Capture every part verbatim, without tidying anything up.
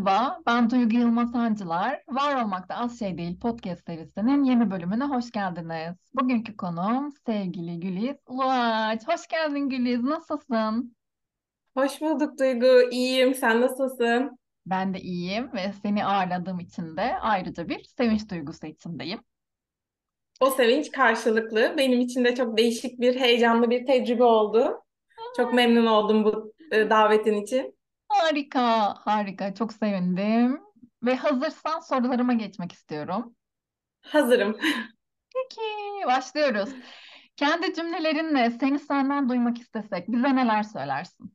Merhaba, ben Duygu Yılmaz Hancılar. Var Olmakta Az Şey Değil podcast serisinin yeni bölümüne hoş geldiniz. Bugünkü konuğum sevgili Güliz Uluaç. Hoş geldin Güliz, nasılsın? Hoş bulduk Duygu. İyiyim. Sen nasılsın? Ben de iyiyim ve seni ağırladığım için de ayrıca bir sevinç duygusu içindeyim. O sevinç karşılıklı. Benim için de çok değişik bir, heyecanlı bir tecrübe oldu. Çok memnun oldum bu e, davetin için. Harika, harika, çok sevindim. Ve hazırsan sorularıma geçmek istiyorum. Hazırım. Peki, başlıyoruz. Kendi cümlelerinle seni senden duymak istesek bize neler söylersin?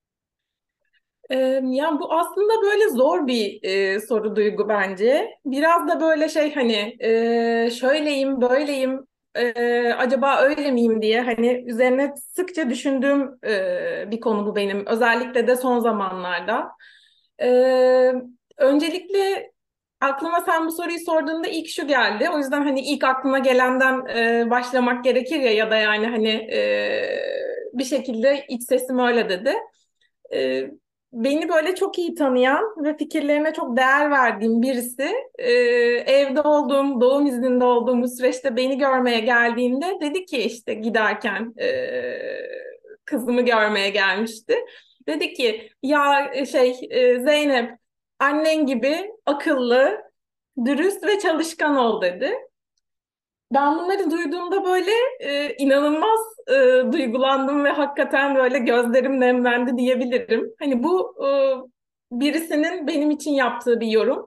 Ee, ya bu aslında böyle zor bir e, soru Duygu bence. Biraz da böyle şey hani e, şöyleyim, böyleyim, e, acaba öyle miyim diye hani üzerine sıkça düşündüğüm e, bir konu bu benim. Özellikle de son zamanlarda. Ee, Öncelikle aklıma sen bu soruyu sorduğunda ilk şu geldi. O yüzden hani ilk aklına gelenden e, başlamak gerekir ya ya da yani hani e, bir şekilde iç sesim öyle dedi. E, Beni böyle çok iyi tanıyan ve fikirlerine çok değer verdiğim birisi e, evde olduğum, doğum izninde olduğum bu süreçte beni görmeye geldiğinde dedi ki işte giderken e, kızımı görmeye gelmişti. Dedi ki ya e, şey e, Zeynep annen gibi akıllı, dürüst ve çalışkan ol dedi. Ben bunları duyduğumda böyle e, inanılmaz e, duygulandım ve hakikaten böyle gözlerim nemlendi diyebilirim. Hani bu e, birisinin benim için yaptığı bir yorum.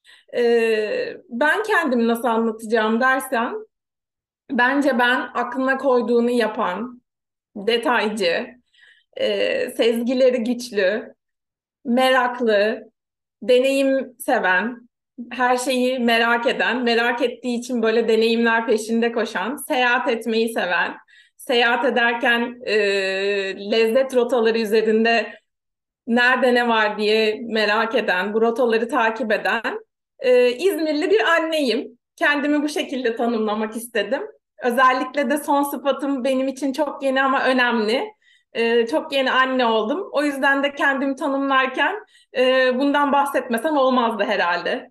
E, ben kendimi nasıl anlatacağım dersen, bence ben aklına koyduğunu yapan, detaycı, e, sezgileri güçlü, meraklı, deneyim seven, her şeyi merak eden, merak ettiği için böyle deneyimler peşinde koşan, seyahat etmeyi seven, seyahat ederken e, lezzet rotaları üzerinde nerede ne var diye merak eden, bu rotaları takip eden e, İzmirli bir anneyim. Kendimi bu şekilde tanımlamak istedim. Özellikle de son sıfatım benim için çok yeni ama önemli. E, çok yeni anne oldum. O yüzden de kendimi tanımlarken e, bundan bahsetmesem olmazdı herhalde.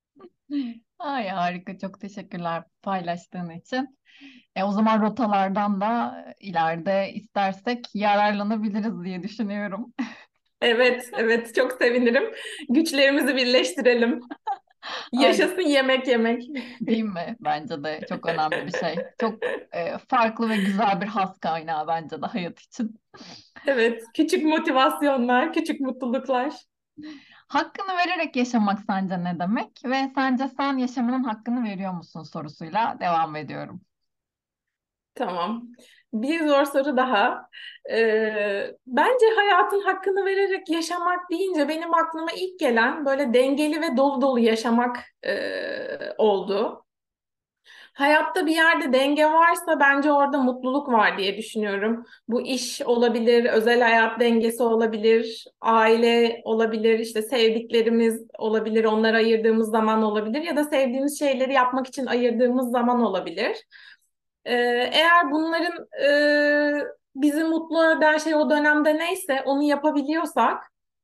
Ay harika, çok teşekkürler paylaştığın için. E, o zaman rotalardan da ileride istersek yararlanabiliriz diye düşünüyorum. Evet, evet çok sevinirim. Güçlerimizi birleştirelim. Ay, Yaşasın yemek yemek. değil mi? Bence de çok önemli bir şey. Çok e, farklı ve güzel bir has kaynağı bence de hayat için. Evet, küçük motivasyonlar, küçük mutluluklar. Hakkını vererek yaşamak sence ne demek? Ve sence sen yaşamının hakkını veriyor musun sorusuyla devam ediyorum. Tamam. Bir zor soru daha. Ee, bence hayatın hakkını vererek yaşamak deyince benim aklıma ilk gelen böyle dengeli ve dolu dolu yaşamak e, oldu. Hayatta bir yerde denge varsa bence orada mutluluk var diye düşünüyorum. Bu iş olabilir, özel hayat dengesi olabilir, aile olabilir, işte sevdiklerimiz olabilir, onlara ayırdığımız zaman olabilir ya da sevdiğimiz şeyleri yapmak için ayırdığımız zaman olabilir. Ee, Eğer bunların e, bizi mutlu eden şey o dönemde neyse onu yapabiliyorsak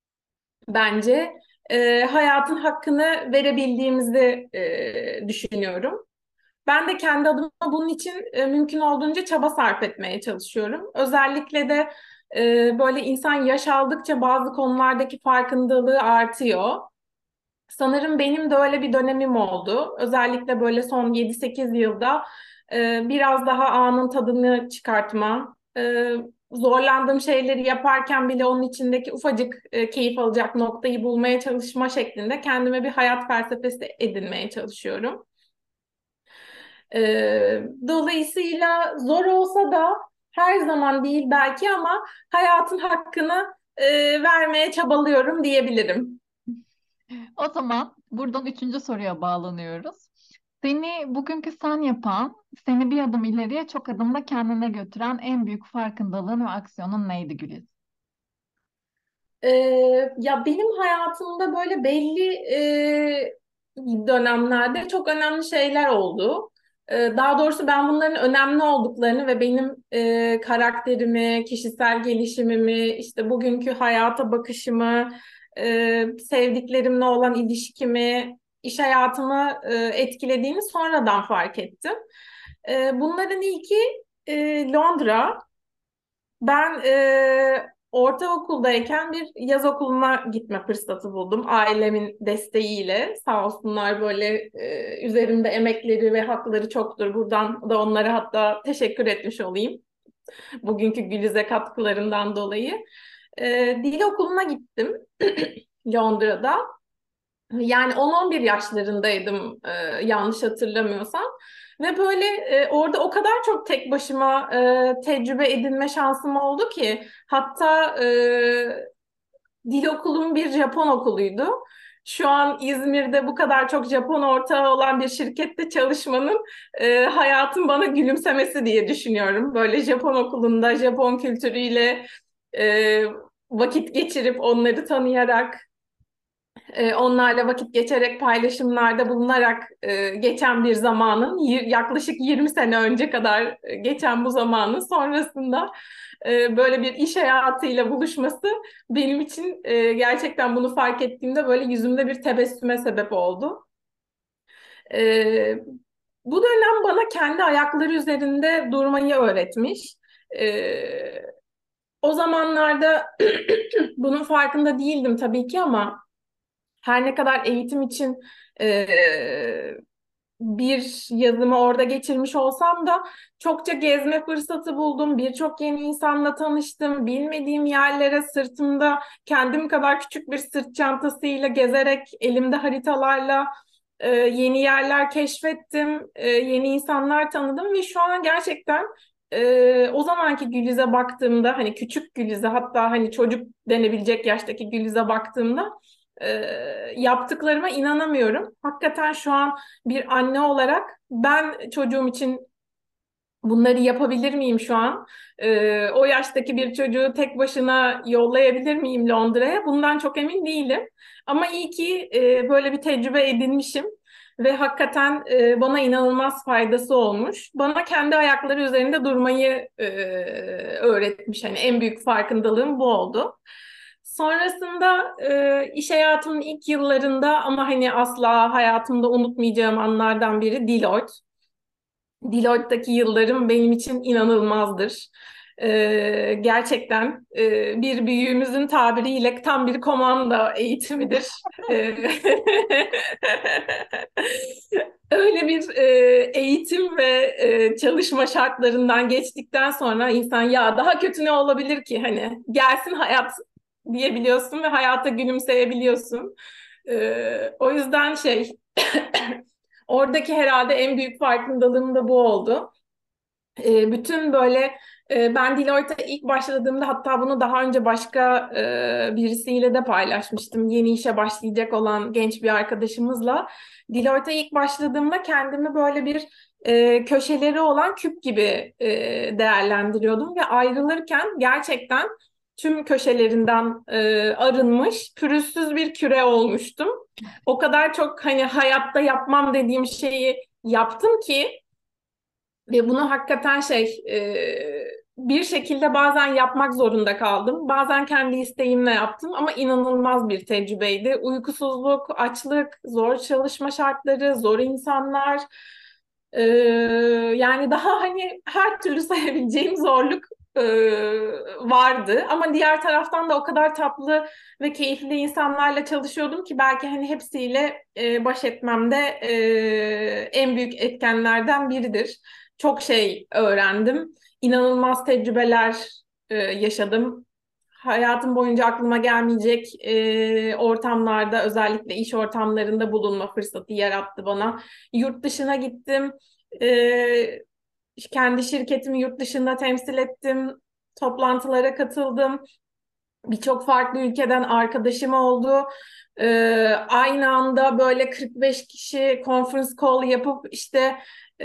bence e, hayatın hakkını verebildiğimizi e, düşünüyorum. Ben de kendi adıma bunun için e, mümkün olduğunca çaba sarf etmeye çalışıyorum. Özellikle de e, böyle insan yaş aldıkça bazı konulardaki farkındalığı artıyor. Sanırım benim de öyle bir dönemim oldu. Özellikle böyle son yedi sekiz yılda e, biraz daha anın tadını çıkartma, e, zorlandığım şeyleri yaparken bile onun içindeki ufacık e, keyif alacak noktayı bulmaya çalışma şeklinde kendime bir hayat felsefesi edinmeye çalışıyorum. E, Dolayısıyla zor olsa da her zaman değil belki ama hayatın hakkını e, vermeye çabalıyorum diyebilirim. O zaman buradan üçüncü soruya bağlanıyoruz. Seni bugünkü sen yapan, seni bir adım ileriye çok adımda kendine götüren en büyük farkındalığın ve aksiyonun neydi Güliz? Ee, Ya benim hayatımda böyle belli e, dönemlerde çok önemli şeyler oldu. Ee, daha doğrusu ben bunların önemli olduklarını ve benim e, karakterimi, kişisel gelişimimi, işte bugünkü hayata bakışımı e, sevdiklerimle olan ilişkimi, iş hayatımı e, etkilediğini sonradan fark ettim. E, bunların ilki e, Londra. Ben e, ortaokuldayken bir yaz okuluna gitme fırsatı buldum. Ailemin desteğiyle. Sağ olsunlar, böyle e, üzerimde emekleri ve hakları çoktur. Buradan da onlara hatta teşekkür etmiş olayım. Bugünkü Güliz'e katkılarından dolayı. E, dil okuluna gittim Londra'da. Yani on on bir yaşlarındaydım e, yanlış hatırlamıyorsam. Ve böyle e, orada o kadar çok tek başıma e, tecrübe edinme şansım oldu ki. Hatta e, dil okulum bir Japon okuluydu. Şu an İzmir'de bu kadar çok Japon ortağı olan bir şirkette çalışmanın e, hayatın bana gülümsemesi diye düşünüyorum. Böyle Japon okulunda Japon kültürüyle e, vakit geçirip onları tanıyarak, e, onlarla vakit geçerek, paylaşımlarda bulunarak e, geçen bir zamanın, y- yaklaşık yirmi sene önce kadar e, geçen bu zamanın sonrasında e, böyle bir iş hayatıyla buluşması benim için e, gerçekten, bunu fark ettiğimde böyle yüzümde bir tebessüme sebep oldu. E, Bu dönem bana kendi ayakları üzerinde durmayı öğretmiş. E, O zamanlarda bunun farkında değildim tabii ki, ama her ne kadar eğitim için e, bir yazımı orada geçirmiş olsam da çokça gezme fırsatı buldum. Birçok yeni insanla tanıştım. Bilmediğim yerlere sırtımda kendim kadar küçük bir sırt çantasıyla gezerek, elimde haritalarla e, yeni yerler keşfettim. E, yeni insanlar tanıdım ve şu an gerçekten e, o zamanki Güliz'e baktığımda, hani küçük Güliz'e, hatta hani çocuk denebilecek yaştaki Güliz'e baktığımda e, yaptıklarıma inanamıyorum. Hakikaten şu an bir anne olarak ben çocuğum için bunları yapabilir miyim şu an? Ee, o yaştaki bir çocuğu tek başına yollayabilir miyim Londra'ya? Bundan çok emin değilim. Ama iyi ki e, böyle bir tecrübe edinmişim ve hakikaten e, bana inanılmaz faydası olmuş. Bana kendi ayakları üzerinde durmayı e, öğretmiş. Hani en büyük farkındalığım bu oldu. Sonrasında e, iş hayatımın ilk yıllarında, ama hani asla hayatımda unutmayacağım anlardan biri Deloitte. Deloitte'daki yıllarım benim için inanılmazdır. Ee, gerçekten e, bir büyüğümüzün tabiriyle tam bir komando eğitimidir. Ee, Öyle bir e, eğitim ve e, çalışma şartlarından geçtikten sonra insan, ya daha kötü ne olabilir ki, hani gelsin hayat diyebiliyorsun ve hayata gülümseyebiliyorsun. Ee, o yüzden şey oradaki herhalde en büyük farkındalığım da bu oldu. E, bütün böyle e, ben Deloitte'a ilk başladığımda, hatta bunu daha önce başka e, birisiyle de paylaşmıştım. Yeni işe başlayacak olan genç bir arkadaşımızla. Deloitte'a ilk başladığımda kendimi böyle bir e, köşeleri olan küp gibi e, değerlendiriyordum ve ayrılırken gerçekten tüm köşelerinden e, arınmış, pürüzsüz bir küre olmuştum. O kadar çok hani hayatta yapmam dediğim şeyi yaptım ki. Ve bunu hakikaten şey e, bir şekilde bazen yapmak zorunda kaldım. Bazen kendi isteğimle yaptım, ama inanılmaz bir tecrübeydi. Uykusuzluk, açlık, zor çalışma şartları, zor insanlar. e, Yani daha hani her türlü sayabileceğim zorluk e, vardı. Ama diğer taraftan da o kadar tatlı ve keyifli insanlarla çalışıyordum ki belki hani hepsiyle e, baş etmemde e, en büyük etkenlerden biridir. Çok şey öğrendim. İnanılmaz tecrübeler e, yaşadım. Hayatım boyunca aklıma gelmeyecek e, ortamlarda, özellikle iş ortamlarında bulunma fırsatı yarattı bana. Yurt dışına gittim. E, Kendi şirketimi yurt dışında temsil ettim. Toplantılara katıldım. Birçok farklı ülkeden arkadaşım oldu. Ee, aynı anda böyle kırk beş kişi conference call yapıp işte e,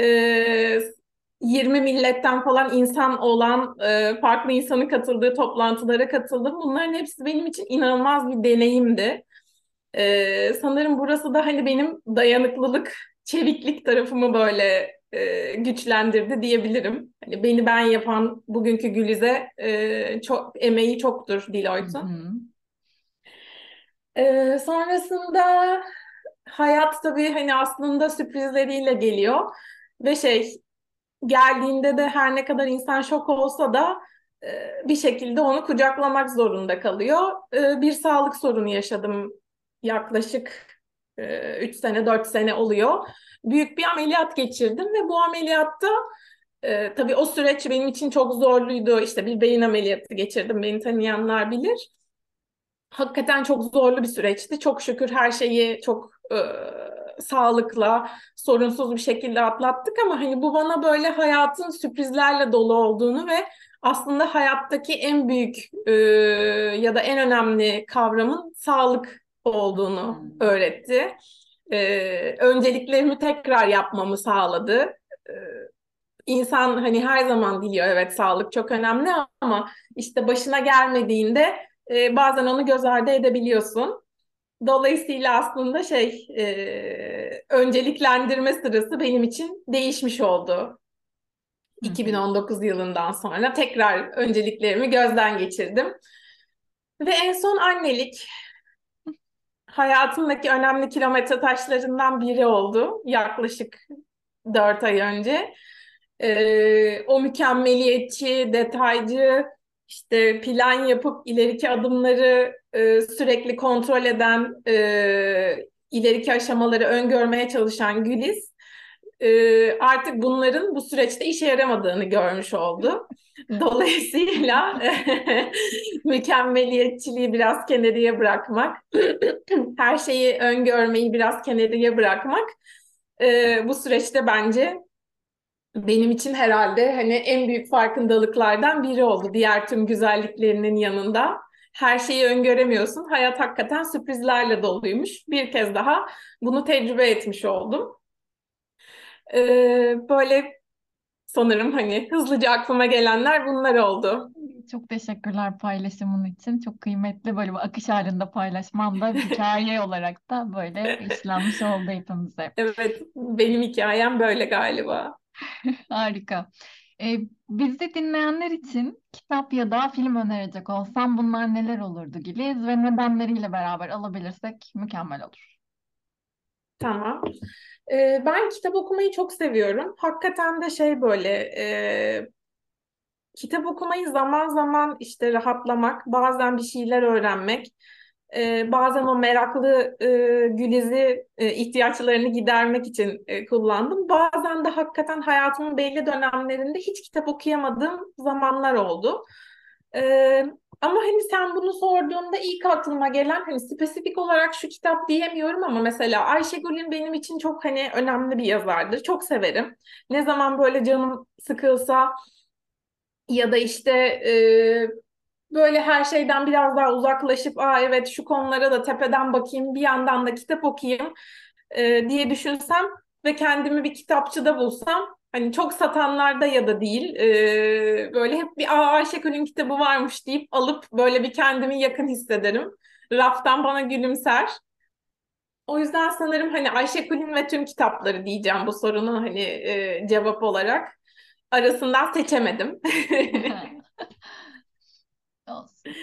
yirmi milletten falan insan olan e, farklı insanın katıldığı toplantılara katıldım. Bunların hepsi benim için inanılmaz bir deneyimdi. Ee, sanırım burası da hani benim dayanıklılık, çeviklik tarafımı böyle e, güçlendirdi diyebilirim. Hani beni ben yapan bugünkü Güliz'e e, çok emeği çoktur Hı Deloitte'un. hı. Ee, sonrasında hayat tabii hani aslında sürprizleriyle geliyor ve şey geldiğinde de her ne kadar insan şok olsa da e, bir şekilde onu kucaklamak zorunda kalıyor. E, bir sağlık sorunu yaşadım yaklaşık e, üç sene dört sene oluyor. Büyük bir ameliyat geçirdim ve bu ameliyatta e, tabii o süreç benim için çok zorluydu. İşte bir beyin ameliyatı geçirdim. Beni tanıyanlar bilir. Hakikaten çok zorlu bir süreçti. Çok şükür her şeyi çok e, sağlıkla, sorunsuz bir şekilde atlattık ama hani bu bana böyle hayatın sürprizlerle dolu olduğunu ve aslında hayattaki en büyük e, ya da en önemli kavramın sağlık olduğunu Hmm. öğretti. E, önceliklerimi tekrar yapmamı sağladı. E, İnsan hani her zaman biliyor evet sağlık çok önemli ama işte başına gelmediğinde e, bazen onu göz ardı edebiliyorsun. Dolayısıyla aslında şey e, önceliklendirme sırası benim için değişmiş oldu. Hı hı. iki bin on dokuz yılından sonra tekrar önceliklerimi gözden geçirdim. Ve en son annelik hayatımdaki önemli kilometre taşlarından biri oldu. Yaklaşık dört ay önce. Ee, o mükemmeliyetçi, detaycı, işte plan yapıp ileriki adımları e, sürekli kontrol eden, e, ileriki aşamaları öngörmeye çalışan Güliz, e, artık bunların bu süreçte işe yaramadığını görmüş oldu. Dolayısıyla mükemmeliyetçiliği biraz kenarıya bırakmak, her şeyi öngörmeyi biraz kenarıya bırakmak e, bu süreçte bence benim için herhalde hani en büyük farkındalıklardan biri oldu. Diğer tüm güzelliklerinin yanında her şeyi öngöremiyorsun. Hayat hakikaten sürprizlerle doluymuş. Bir kez daha bunu tecrübe etmiş oldum. Ee, böyle sanırım hani hızlıca aklıma gelenler bunlar oldu. Çok teşekkürler paylaşımın için. Çok kıymetli böyle bir akış halinde paylaşman da hikaye olarak da böyle işlenmiş oldu hepimize. Evet, benim hikayem böyle galiba. Harika. Ee, Bizi dinleyenler için kitap ya da film önerecek olsam bunlar neler olurdu Güliz ve nedenleriyle beraber alabilirsek mükemmel olur. Tamam. Ee, ben kitap okumayı çok seviyorum. Hakikaten de şey böyle e, kitap okumayı zaman zaman işte rahatlamak, bazen bir şeyler öğrenmek, e, bazen o meraklı e, Güliz'i e, ihtiyaçlarını gidermek için e, kullandım. Bazen de hakikaten hayatımın belli dönemlerinde hiç kitap okuyamadığım zamanlar oldu. E, Ama hani sen bunu sorduğunda ilk aklıma gelen hani spesifik olarak şu kitap diyemiyorum ama mesela Ayşegül'ün benim için çok hani önemli bir yazardır. Çok severim. Ne zaman böyle canım sıkılsa ya da işte e, böyle her şeyden biraz daha uzaklaşıp aa evet şu konulara da tepeden bakayım bir yandan da kitap okuyayım e, diye düşünsem ve kendimi bir kitapçıda bulsam hani çok satanlarda ya da değil e, böyle hep bir aa Ayşegül'ün kitabı varmış deyip alıp böyle bir kendimi yakın hissederim. Raftan bana gülümser. O yüzden sanırım hani Ayşegül'ün ve tüm kitapları diyeceğim bu sorunu hani e, cevap olarak. Arasından seçemedim. Olsun.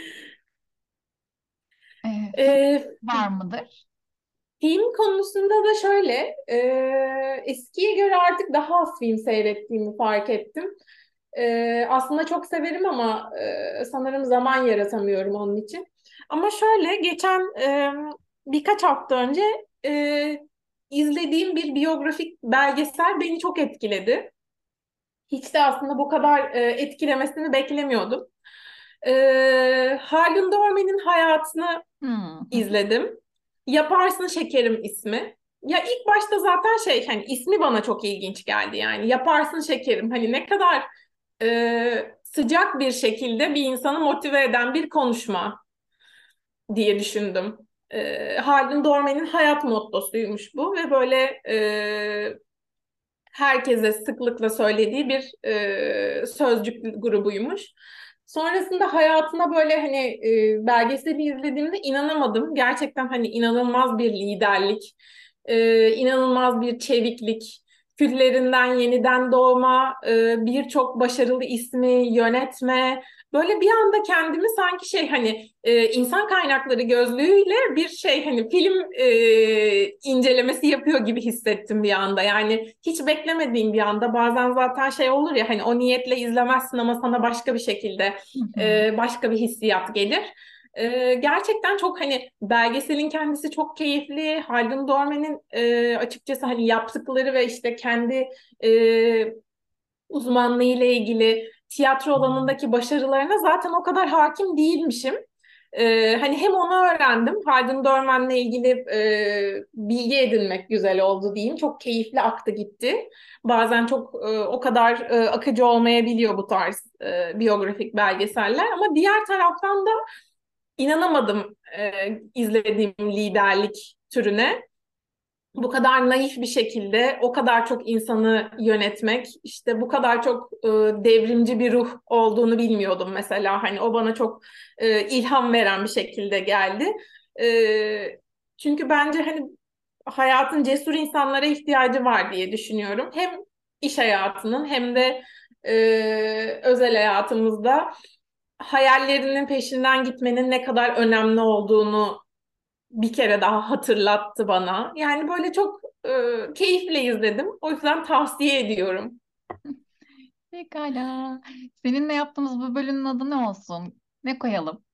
Ee, film Ee, var mıdır? Film konusunda da şöyle, e, eskiye göre artık daha az film seyrettiğimi fark ettim. E, aslında çok severim ama e, sanırım zaman yaratamıyorum onun için. Ama şöyle, geçen e, birkaç hafta önce e, izlediğim bir biyografik belgesel beni çok etkiledi. Hiç de aslında bu kadar e, etkilemesini beklemiyordum. E, Haldun Dorme'nin hayatını Hmm, hı hı. izledim. Yaparsın Şekerim ismi. Ya ilk başta zaten şey hani ismi bana çok ilginç geldi yani. Yaparsın Şekerim hani ne kadar e, sıcak bir şekilde bir insanı motive eden bir konuşma diye düşündüm. E, Haldun Dorme'nin hayat mottosuymuş bu ve böyle e, herkese sıklıkla söylediği bir e, sözcük grubuymuş. Sonrasında hayatına böyle hani e, belgeseli izlediğimde inanamadım. Gerçekten hani inanılmaz bir liderlik, e, inanılmaz bir çeviklik. küllerinden yeniden doğma, e, birçok başarılı ismi yönetme. Böyle bir anda kendimi sanki şey hani e, insan kaynakları gözlüğüyle bir şey hani film e, incelemesi yapıyor gibi hissettim bir anda. Yani hiç beklemediğim bir anda bazen zaten şey olur ya hani o niyetle izlemezsin ama sana başka bir şekilde Hı hı. e, başka bir hissiyat gelir. Ee, gerçekten çok hani belgeselin kendisi çok keyifli. Haldun Dorme'nin e, açıkçası hani yaptıkları ve işte kendi e, uzmanlığı ile ilgili tiyatro alanındaki başarılarına zaten o kadar hakim değilmişim. Ee, hani hem onu öğrendim, Haldun Dorman'la ilgili e, bilgi edinmek güzel oldu diyeyim. Çok keyifli aktı gitti. Bazen çok e, o kadar e, akıcı olmayabiliyor bu tarz e, biyografik belgeseller. Ama diğer taraftan da inanamadım e, izlediğim liderlik türüne. Bu kadar naif bir şekilde o kadar çok insanı yönetmek, işte bu kadar çok e, devrimci bir ruh olduğunu bilmiyordum mesela. Hani o bana çok e, ilham veren bir şekilde geldi. E, çünkü bence hani hayatın cesur insanlara ihtiyacı var diye düşünüyorum. Hem iş hayatının hem de e, özel hayatımızda hayallerinin peşinden gitmenin ne kadar önemli olduğunu bir kere daha hatırlattı bana. Yani böyle çok e, keyifle izledim. O yüzden tavsiye ediyorum. Pekala. Seninle yaptığımız bu bölümün adı ne olsun? Ne koyalım?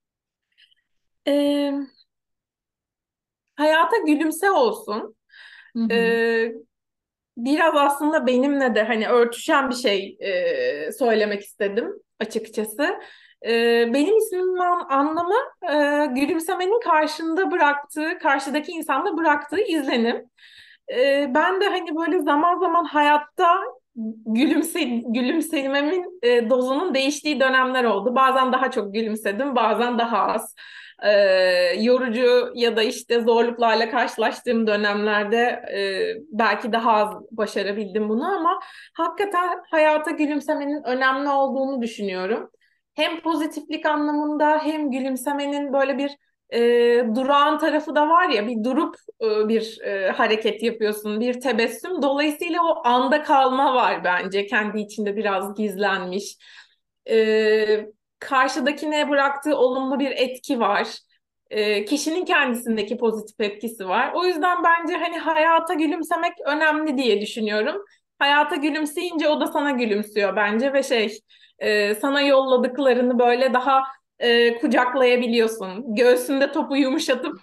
E, hayata gülümse olsun. Hı hı. E, biraz aslında benimle de hani örtüşen bir şey e, söylemek istedim açıkçası. E, benim ismimin an- anlamı e, gülümsemenin karşında bıraktığı, karşıdaki insanda bıraktığı izlenim. E, ben de hani böyle zaman zaman hayatta gülümse, gülümsememin e, dozunun değiştiği dönemler oldu. Bazen daha çok gülümsedim, bazen daha az. E, yorucu ya da işte zorluklarla karşılaştığım dönemlerde e, belki daha az başarabildim bunu ama hakikaten hayata gülümsemenin önemli olduğunu düşünüyorum. Hem pozitiflik anlamında hem gülümsemenin böyle bir e, durağan tarafı da var ya bir durup e, bir e, hareket yapıyorsun, bir tebessüm. Dolayısıyla o anda kalma var bence kendi içinde biraz gizlenmiş. E, karşıdakine bıraktığı olumlu bir etki var. E, kişinin kendisindeki pozitif etkisi var. O yüzden bence hani hayata gülümsemek önemli diye düşünüyorum. Hayata gülümseyince o da sana gülümsüyor bence ve şey e, sana yolladıklarını böyle daha e, kucaklayabiliyorsun. Göğsünde topu yumuşatıp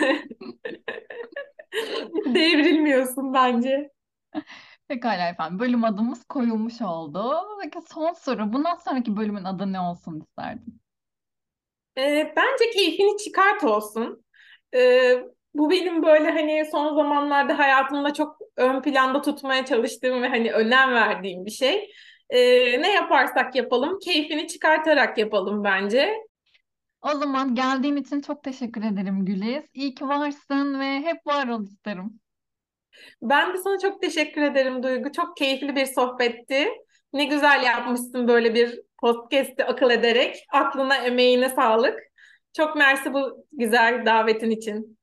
devrilmiyorsun bence. Pekala efendim. Bölüm adımız koyulmuş oldu. Peki son soru. Bundan sonraki bölümün adı ne olsun isterdin? E, bence keyfini çıkart olsun. E, bu benim böyle hani son zamanlarda hayatımda çok ön planda tutmaya çalıştığım ve hani önem verdiğim bir şey. E, ne yaparsak yapalım, keyfini çıkartarak yapalım bence. O zaman geldiğin için çok teşekkür ederim Güliz. İyi ki varsın ve hep var ol isterim. Ben de sana çok teşekkür ederim Duygu. Çok keyifli bir sohbetti. Ne güzel yapmışsın böyle bir podcast'i akıl ederek. Aklına, emeğine sağlık. Çok mersi bu güzel davetin için.